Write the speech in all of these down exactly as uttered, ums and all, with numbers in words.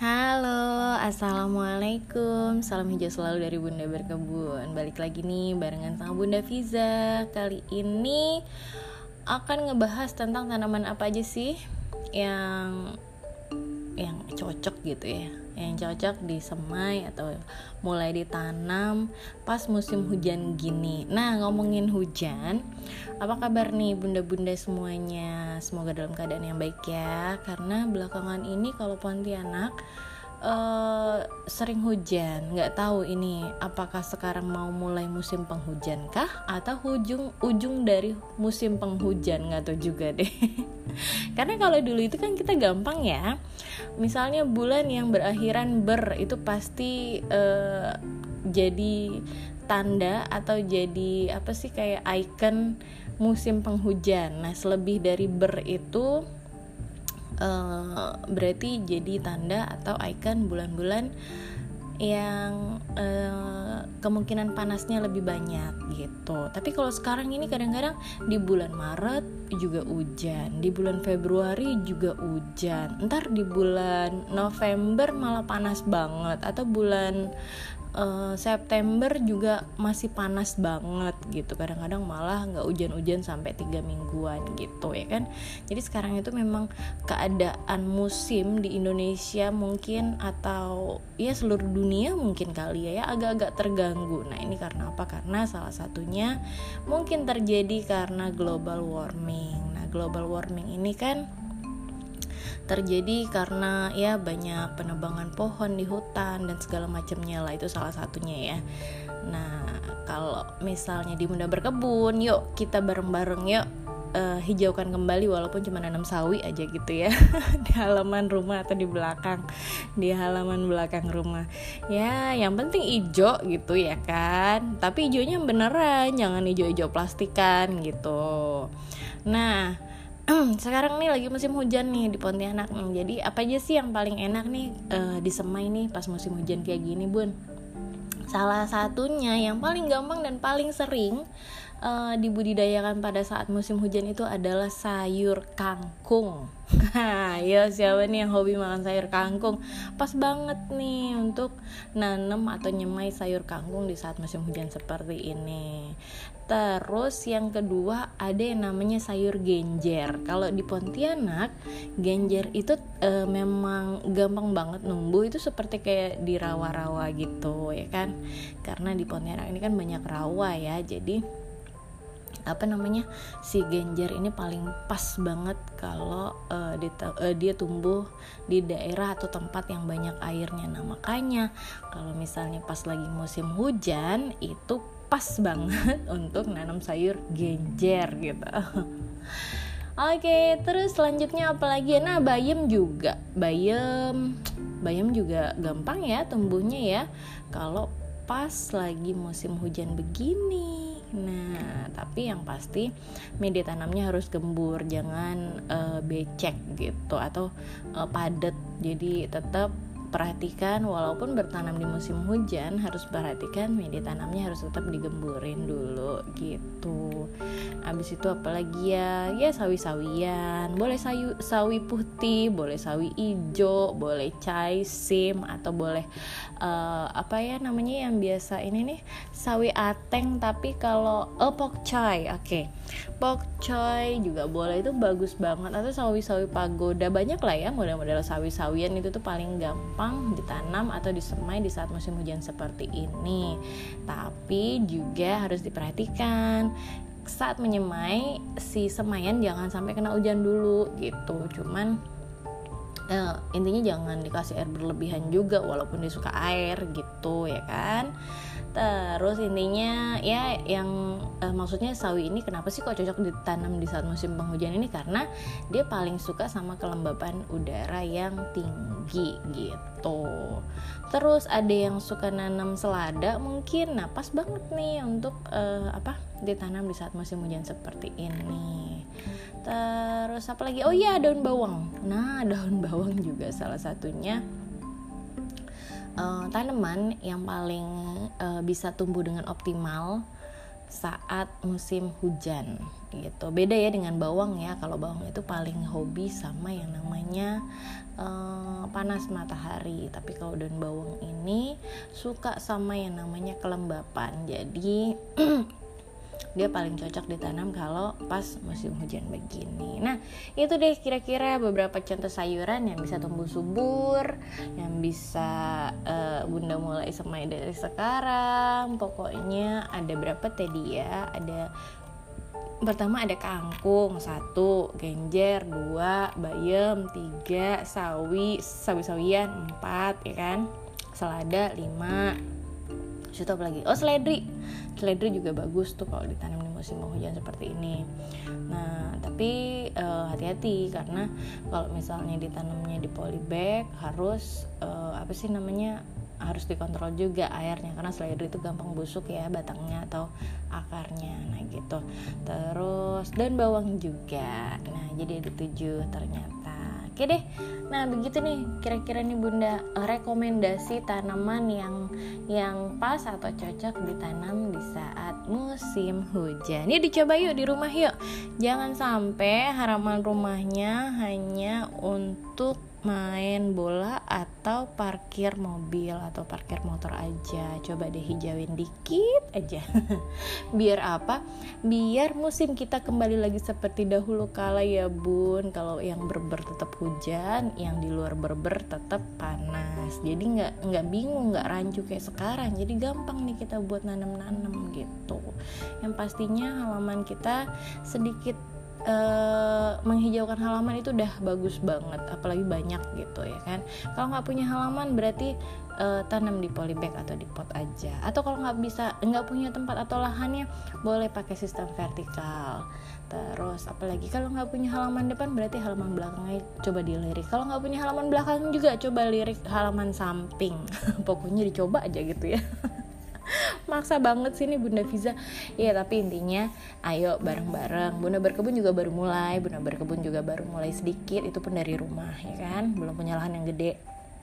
Halo, assalamualaikum. Salam hijau selalu dari Bunda Berkebun. Balik lagi nih barengan sama Bunda Fiza. Kali ini akan ngebahas tentang tanaman apa aja sih yang yang cocok gitu ya, yang cocok disemai atau mulai ditanam pas musim hujan gini. Nah, ngomongin hujan, apa kabar nih bunda-bunda semuanya? Semoga dalam keadaan yang baik ya. Karena belakangan ini kalau Pontianak uh, sering hujan. Nggak tahu ini apakah sekarang mau mulai musim penghujan kah atau ujung ujung dari musim penghujan, nggak tahu juga deh. Karena kalau dulu itu kan kita gampang ya, misalnya bulan yang berakhiran ber itu pasti uh, jadi tanda atau jadi apa sih kayak icon musim penghujan. Nah, selebih dari ber itu uh, berarti jadi tanda atau icon bulan-bulan yang uh, kemungkinan panasnya lebih banyak gitu. Tapi kalau sekarang ini kadang-kadang di bulan Maret juga hujan, di bulan Februari juga hujan, ntar di bulan November malah panas banget, atau bulan uh, September juga masih panas banget gitu. Kadang-kadang malah nggak hujan-hujan sampai tiga mingguan gitu ya kan. Jadi sekarang itu memang keadaan musim di Indonesia mungkin, atau ya seluruh dunia mungkin kali ya, ya agak-agak terganggu. Nah, ini karena apa? Karena salah satunya mungkin terjadi karena global warming. Nah, global warming ini kan terjadi karena ya banyak penebangan pohon di hutan dan segala macamnya lah, itu salah satunya ya. Nah, kalau misalnya di Bunda Berkebun, yuk kita bareng-bareng yuk uh, hijaukan kembali walaupun cuma nanam sawi aja gitu ya di halaman rumah atau di belakang di halaman belakang rumah. Ya, yang penting hijau gitu ya kan. Tapi hijaunya beneran, jangan hijau-hijau plastikan gitu. Nah, sekarang nih lagi musim hujan nih di Pontianak. Jadi apa aja sih yang paling enak nih uh, disemai nih pas musim hujan kayak gini, Bun? Salah satunya yang paling gampang dan paling sering uh, dibudidayakan pada saat musim hujan itu adalah sayur kangkung. Ya, siapa nih yang hobi makan sayur kangkung? Pas banget nih untuk nanam atau nyemai sayur kangkung di saat musim hujan seperti ini. Terus yang kedua ada yang namanya sayur genjer. Kalau di Pontianak, genjer itu e, memang gampang banget numbuh, itu seperti kayak di rawa-rawa gitu ya kan. Karena di Pontianak ini kan banyak rawa ya. Jadi apa namanya, si genjer ini paling pas banget kalau uh, di, uh, dia tumbuh di daerah atau tempat yang banyak airnya. Nah, makanya kalau misalnya pas lagi musim hujan itu pas banget untuk nanam sayur genjer gitu. Oke, terus selanjutnya apa lagi? Nah, bayam juga. Bayam bayam juga gampang ya tumbuhnya ya kalau pas lagi musim hujan begini. Nah, tapi yang pasti media tanamnya harus gembur, jangan uh, becek gitu atau uh, padat. Jadi tetap perhatikan, walaupun bertanam di musim hujan harus perhatikan media tanamnya harus tetap digemburin dulu gitu. Abis itu apalagi ya, ya sawi-sawian, boleh sawi, sawi putih, boleh sawi hijau, boleh chai sim, atau boleh uh, apa ya namanya yang biasa ini nih, sawi ateng. Tapi kalau oh pokcai, oke, okay. Pokcai juga boleh, itu bagus banget. Atau sawi-sawi pagoda, banyak lah ya model-model sawi-sawian itu tuh paling gampang ditanam atau disemai di saat musim hujan seperti ini. Tapi juga harus diperhatikan saat menyemai, si semaian jangan sampai kena hujan dulu gitu. Cuman uh, intinya jangan dikasih air berlebihan juga walaupun dia suka air gitu ya kan. Terus intinya ya yang eh, maksudnya sawi ini kenapa sih kok cocok ditanam di saat musim penghujan ini, karena dia paling suka sama kelembapan udara yang tinggi gitu. Terus ada yang suka nanam selada mungkin, nah pas banget nih untuk eh, apa ditanam di saat musim hujan seperti ini. Terus apa lagi? Oh iya, daun bawang. Nah, daun bawang juga salah satunya Uh, tanaman yang paling uh, bisa tumbuh dengan optimal saat musim hujan gitu. Beda ya dengan bawang ya, kalau bawang itu paling hobi sama yang namanya uh, panas matahari, tapi kalau daun bawang ini suka sama yang namanya kelembapan. Jadi dia paling cocok ditanam kalau pas musim hujan begini. Nah, itu deh kira-kira beberapa contoh sayuran yang bisa tumbuh subur, yang bisa uh, Bunda mulai semai dari sekarang. Pokoknya ada berapa tadi ya? Ada pertama ada kangkung satu, genjer dua, bayam tiga, sawi sawi-sawian empat, ya kan? Selada lima. Terus apa lagi? Oh, seledri. Seledri juga bagus tuh kalau ditanam di musim penghujan seperti ini. Nah, tapi uh, hati-hati karena kalau misalnya ditanamnya di polybag harus uh, apa sih namanya? harus dikontrol juga airnya, karena seledri itu gampang busuk ya batangnya atau akarnya. Nah, gitu. Terus dan bawang juga. Nah, jadi ada tujuh ternyata. Oke deh. Nah, begitu nih kira-kira nih Bunda rekomendasi tanaman yang yang pas atau cocok ditanam di saat musim hujan. Yuk dicoba yuk di rumah yuk. Jangan sampai halaman rumahnya hanya untuk main bola atau parkir mobil atau parkir motor aja. Coba deh hijauin dikit aja. Biar apa? Biar musim kita kembali lagi seperti dahulu kala ya Bun. Kalau yang berber tetap hujan, yang di luar berber tetap panas. Jadi nggak nggak bingung, nggak rancu kayak sekarang. Jadi gampang nih kita buat nanam-nanam gitu. Yang pastinya halaman kita sedikit Uh, menghijaukan halaman itu udah bagus banget, apalagi banyak gitu ya kan. Kalau nggak punya halaman berarti uh, tanam di polybag atau di pot aja. Atau kalau nggak bisa, nggak punya tempat atau lahannya, boleh pakai sistem vertikal. Terus apalagi kalau nggak punya halaman depan berarti halaman belakangnya coba dilirik. Kalau nggak punya halaman belakang juga coba lirik halaman samping. Pokoknya dicoba aja gitu ya. Maksa banget sih nih Bunda Fiza. Iya, tapi intinya ayo bareng-bareng. Bunda Berkebun juga baru mulai, Bunda Berkebun juga baru mulai sedikit, itu pun dari rumah ya kan, belum punya lahan yang gede.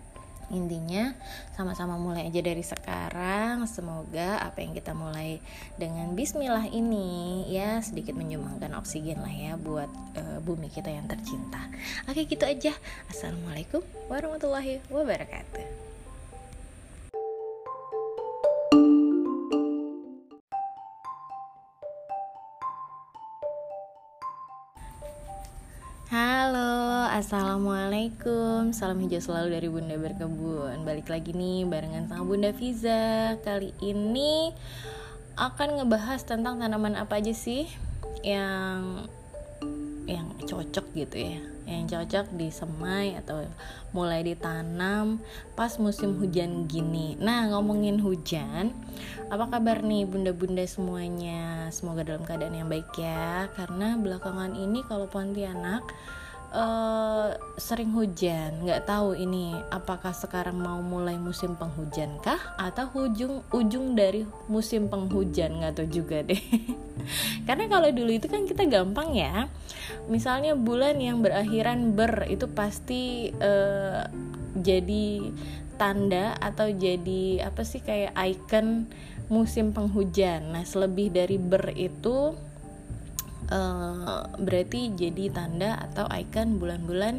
Intinya sama-sama mulai aja dari sekarang. Semoga apa yang kita mulai dengan bismillah ini ya sedikit menyumbangkan oksigen lah ya buat uh, bumi kita yang tercinta. Oke, gitu aja. Assalamualaikum warahmatullahi wabarakatuh. Halo, assalamualaikum. Salam hijau selalu dari Bunda Berkebun. Balik lagi nih barengan sama Bunda Fiza. Kali ini akan ngebahas tentang tanaman apa aja sih yang yang cocok gitu ya, yang cocok disemai atau mulai ditanam pas musim hujan gini. Nah, ngomongin hujan, apa kabar nih bunda-bunda semuanya? Semoga dalam keadaan yang baik ya, karena belakangan ini kalau Pontianak Uh, sering hujan. Nggak tahu ini apakah sekarang mau mulai musim penghujan kah atau ujung ujung dari musim penghujan, nggak tahu juga deh. Karena kalau dulu itu kan kita gampang ya, misalnya bulan yang berakhiran ber itu pasti uh, jadi tanda atau jadi apa sih kayak icon musim penghujan. Nah, selebih dari ber itu Uh, berarti jadi tanda atau ikon bulan-bulan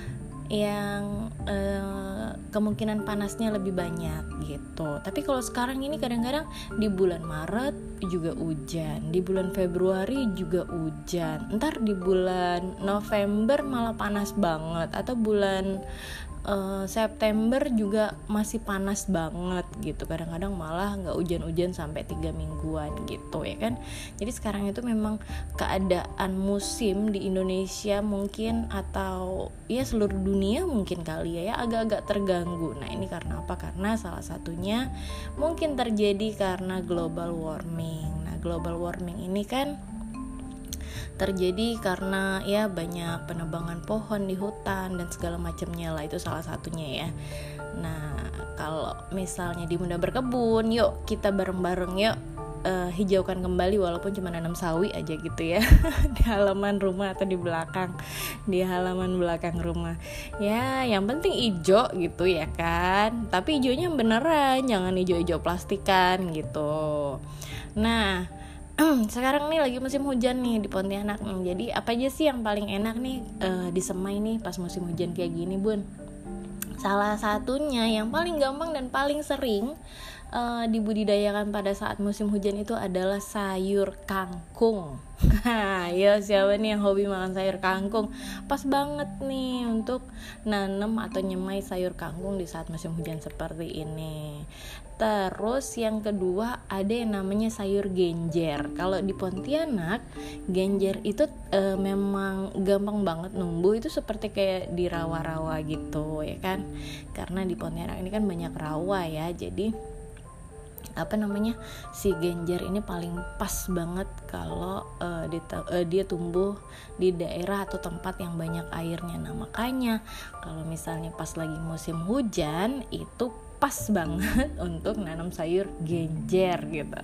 yang uh, kemungkinan panasnya lebih banyak gitu. Tapi kalau sekarang ini kadang-kadang di bulan Maret juga hujan, di bulan Februari juga hujan, ntar di bulan November malah panas banget, atau bulan Uh, September juga masih panas banget gitu. Kadang-kadang malah nggak hujan-hujan sampai tiga mingguan gitu ya kan. Jadi sekarang itu memang keadaan musim di Indonesia mungkin, atau ya seluruh dunia mungkin kali ya, ya agak-agak terganggu. Nah, ini karena apa? Karena salah satunya mungkin terjadi karena global warming. Nah, global warming ini kan terjadi karena ya banyak penebangan pohon di hutan dan segala macamnya lah, itu salah satunya ya. Nah, kalau misalnya di Bunda Berkebun, yuk kita bareng-bareng yuk uh, hijaukan kembali walaupun cuma nanam sawi aja gitu ya di halaman rumah atau di belakang di halaman belakang rumah. Ya, yang penting hijau gitu ya kan. Tapi hijaunya beneran, jangan hijau-hijau plastikan gitu. Nah, sekarang nih lagi musim hujan nih di Pontianak. Jadi apa aja sih yang paling enak nih uh, disemai nih pas musim hujan kayak gini, Bun? Salah satunya yang paling gampang dan paling sering uh, dibudidayakan pada saat musim hujan itu adalah sayur kangkung. Ya, siapa nih yang hobi makan sayur kangkung? Pas banget nih untuk nanam atau nyemai sayur kangkung di saat musim hujan seperti ini. Terus yang kedua ada yang namanya sayur genjer. Kalau di Pontianak, genjer itu e, memang gampang banget numbuh, itu seperti kayak di rawa-rawa gitu ya kan. Karena di Pontianak ini kan banyak rawa ya. Jadi apa namanya si genjer ini paling pas banget kalau uh, dia, uh, dia tumbuh di daerah atau tempat yang banyak airnya. Nah makanya kalau misalnya pas lagi musim hujan itu pas banget untuk nanam sayur genjer gitu.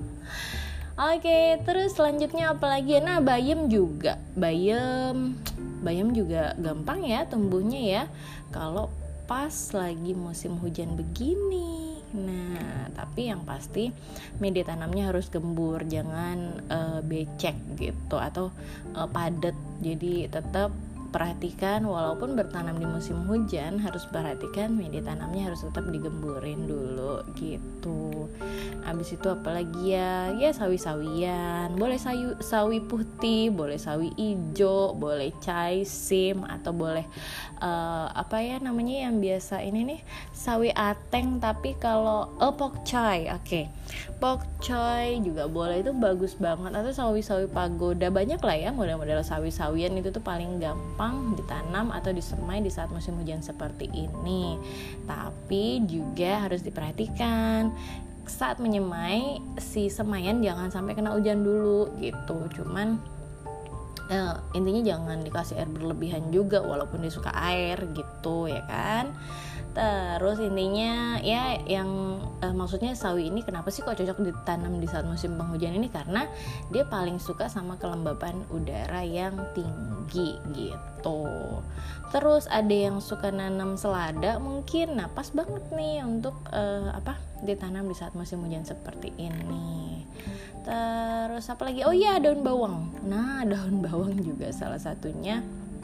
Oke, terus selanjutnya apa lagi? Nah, bayam juga. Bayam bayam juga gampang ya tumbuhnya ya kalau pas lagi musim hujan begini. Nah, tapi yang pasti media tanamnya harus gembur, jangan uh, becek gitu atau uh, padat. Jadi tetap perhatikan, walaupun bertanam di musim hujan harus perhatikan media tanamnya harus tetap digemburin dulu gitu. Abis itu apalagi ya, ya sawi-sawian, boleh sawi, sawi putih, boleh sawi hijau, boleh caisim, atau boleh uh, apa ya namanya yang biasa ini nih sawi ateng, tapi kalau oh pokcoy, oke okay. Pokcoy juga boleh, itu bagus banget. Atau sawi-sawi pagoda, banyak lah ya model-model sawi-sawian itu tuh paling gampang ditanam atau disemai di saat musim hujan seperti ini. Tapi juga harus diperhatikan saat menyemai si semaian jangan sampai kena hujan dulu gitu. Cuman eh, intinya jangan dikasih air berlebihan juga walaupun dia suka air gitu ya kan. Terus intinya ya yang eh, maksudnya sawi ini kenapa sih kok cocok ditanam di saat musim penghujan ini, karena dia paling suka sama kelembapan udara yang tinggi gitu. Terus ada yang suka nanam selada mungkin, nah pas banget nih untuk eh, apa ditanam di saat musim hujan seperti ini. Terus apa lagi? Oh iya, daun bawang. Nah, daun bawang juga salah satunya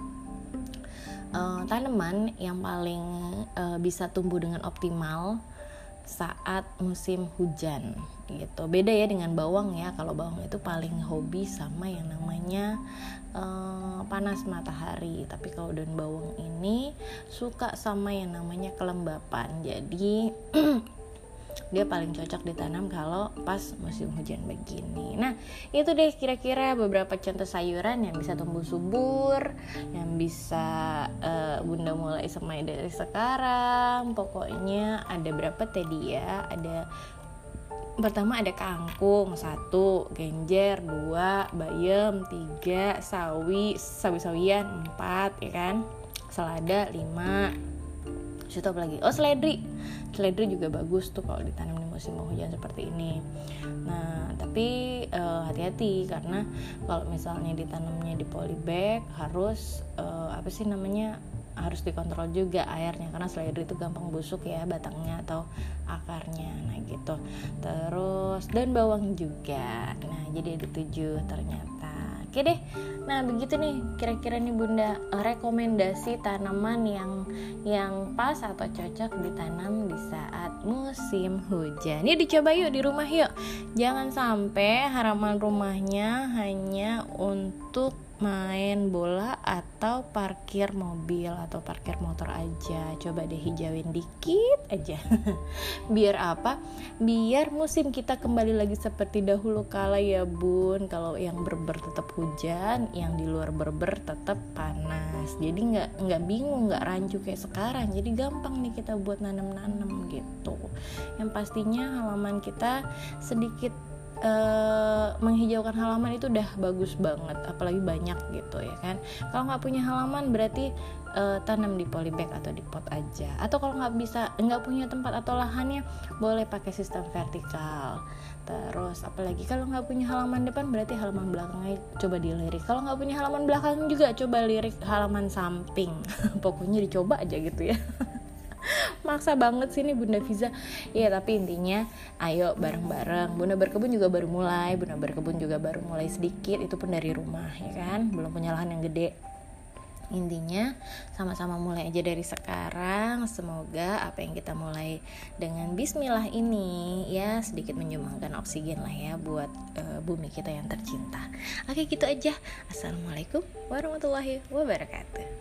Uh, tanaman yang paling uh, bisa tumbuh dengan optimal saat musim hujan gitu. Beda ya dengan bawang ya. Kalau bawang itu paling hobi sama yang namanya uh, panas matahari. Tapi kalau daun bawang ini suka sama yang namanya kelembapan. Jadi dia paling cocok ditanam kalau pas musim hujan begini. Nah, itu deh kira-kira beberapa contoh sayuran yang bisa tumbuh subur, yang bisa uh, Bunda mulai semai dari sekarang. Pokoknya ada berapa tadi ya? Ada pertama ada kangkung satu, genjer dua, bayam tiga, sawi sawi-sawian empat ya kan, selada lima. Itu apa lagi? Oh, seledri. Seledri juga bagus tuh kalau ditanam di musim hujan seperti ini. Nah, tapi uh, hati-hati karena kalau misalnya ditanamnya di polybag harus uh, apa sih namanya? harus dikontrol juga airnya karena seledri itu gampang busuk ya batangnya atau akarnya. Nah, gitu. Terus dan bawang juga. Nah, jadi ada tujuh ternyata. Oke deh. Nah, begitu nih kira-kira nih Bunda rekomendasi tanaman yang yang pas atau cocok ditanam di saat musim hujan. Ini dicoba yuk di rumah yuk. Jangan sampai halaman rumahnya hanya untuk main bola atau parkir mobil atau parkir motor aja. Coba deh hijauin dikit aja. Biar apa? Biar musim kita kembali lagi seperti dahulu kala ya Bun. Kalau yang berber tetap hujan, yang di luar berber tetap panas. Jadi nggak nggak bingung, nggak rancu kayak sekarang. Jadi gampang nih kita buat nanam-nanam gitu. Yang pastinya halaman kita sedikit Uh, menghijaukan halaman itu udah bagus banget, apalagi banyak gitu ya kan. Kalau nggak punya halaman berarti uh, tanam di polybag atau di pot aja. Atau kalau nggak bisa, nggak punya tempat atau lahannya, boleh pakai sistem vertikal. Terus apalagi kalau nggak punya halaman depan berarti halaman belakangnya coba dilirik. Kalau nggak punya halaman belakang juga coba lirik halaman samping. Pokoknya dicoba aja gitu ya. maksa banget sih nih Bunda Fiza. Ya tapi intinya ayo bareng-bareng. Bunda Berkebun juga baru mulai, Bunda Berkebun juga baru mulai sedikit, itu pun dari rumah ya kan, belum punya lahan yang gede. Intinya sama-sama mulai aja dari sekarang. Semoga apa yang kita mulai dengan bismillah ini ya sedikit menyumbangkan oksigen lah ya buat uh, bumi kita yang tercinta. Oke gitu aja. Assalamualaikum warahmatullahi wabarakatuh.